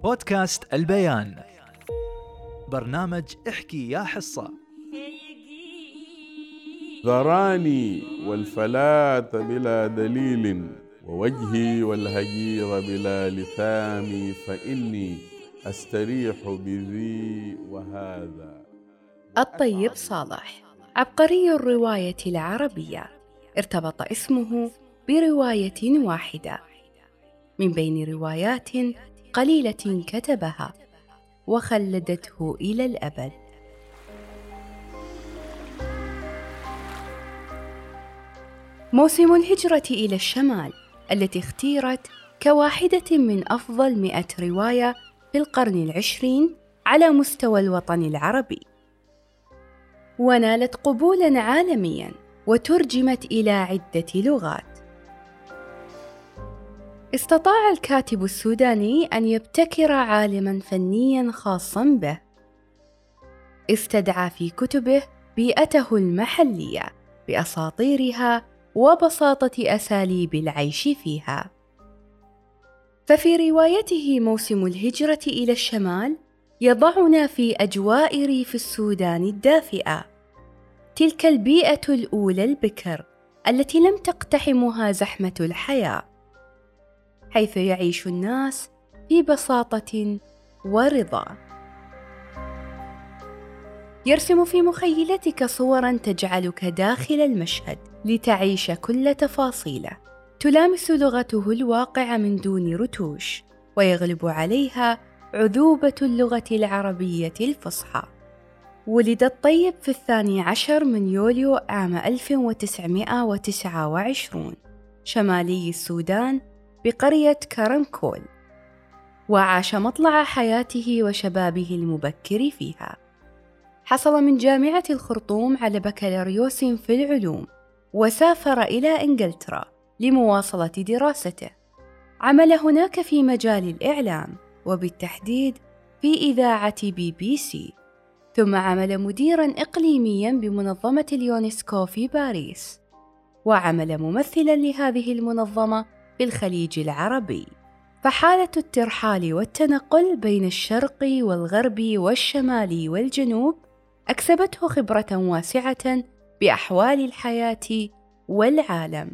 بودكاست البيان، برنامج احكي يا حصة. ذراني والفلاة بلا دليل، ووجهي والهجير بلا لثام، فإني أستريح بذي وهذا. الطيب صالح عبقري الرواية العربية، ارتبط اسمه برواية واحدة من بين روايات قليلة كتبها وخلدته إلى الأبد. موسم الهجرة إلى الشمال، التي اختيرت كواحدة من أفضل 100 رواية في القرن العشرين على مستوى الوطن العربي، ونالت قبولاً عالمياً وترجمت إلى عدة لغات. استطاع الكاتب السوداني أن يبتكر عالماً فنياً خاصاً به، استدعى في كتبه بيئته المحلية بأساطيرها وبساطة أساليب العيش فيها. ففي روايته موسم الهجرة إلى الشمال يضعنا في أجواء ريف السودان الدافئة، تلك البيئة الأولى البكر التي لم تقتحمها زحمة الحياة، حيث يعيش الناس في بساطة ورضا. يرسم في مخيلتك صوراً تجعلك داخل المشهد لتعيش كل تفاصيله، تلامس لغته الواقع من دون رتوش، ويغلب عليها عذوبة اللغة العربية الفصحى. ولد الطيب في 12 من يوليو عام 1929 شمالي السودان بقرية كرمكول، وعاش مطلع حياته وشبابه المبكر فيها. حصل من جامعة الخرطوم على بكالوريوس في العلوم، وسافر إلى إنجلترا لمواصلة دراسته. عمل هناك في مجال الإعلام، وبالتحديد في إذاعة BBC، ثم عمل مديراً إقليمياً بمنظمة اليونسكو في باريس، وعمل ممثلاً لهذه المنظمة في الخليج العربي. فحالة الترحال والتنقل بين الشرق والغرب والشمال والجنوب أكسبته خبرة واسعة بأحوال الحياة والعالم،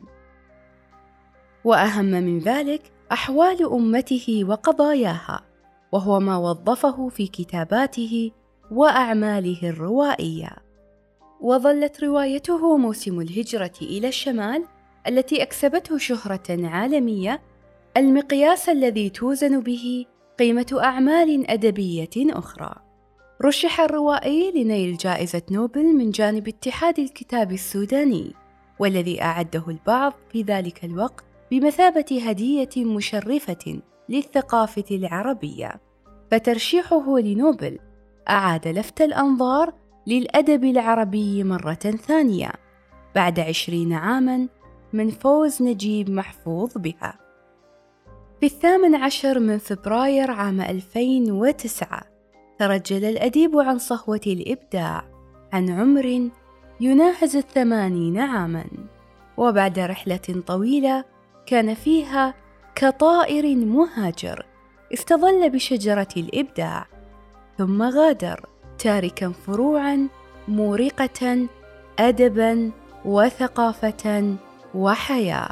وأهم من ذلك أحوال أمته وقضاياها، وهو ما وظفه في كتاباته وأعماله الروائية. وظلت روايته موسم الهجرة إلى الشمال التي أكسبته شهرة عالمية المقياس الذي توزن به قيمة أعمال أدبية أخرى. رشح الروائي لنيل جائزة نوبل من جانب اتحاد الكتاب السوداني، والذي أعده البعض في ذلك الوقت بمثابة هدية مشرفة للثقافة العربية. فترشيحه لنوبل أعاد لفت الأنظار للأدب العربي مرة ثانية بعد 20 عاماً من فوز نجيب محفوظ بها. في 18 من فبراير عام 2009 ترجل الأديب عن صهوة الإبداع عن عمر يناهز 80 عاماً، وبعد رحلة طويلة كان فيها كطائر مهاجر استظل بشجرة الإبداع، ثم غادر تاركاً فروعاً مورقة أدباً وثقافة وحياة.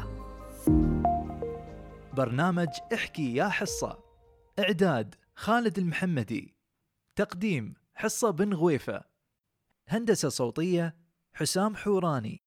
برنامج احكي يا حصة، إعداد خالد المحمدي، تقديم حصة بن غويفة، هندسة صوتية حسام حوراني.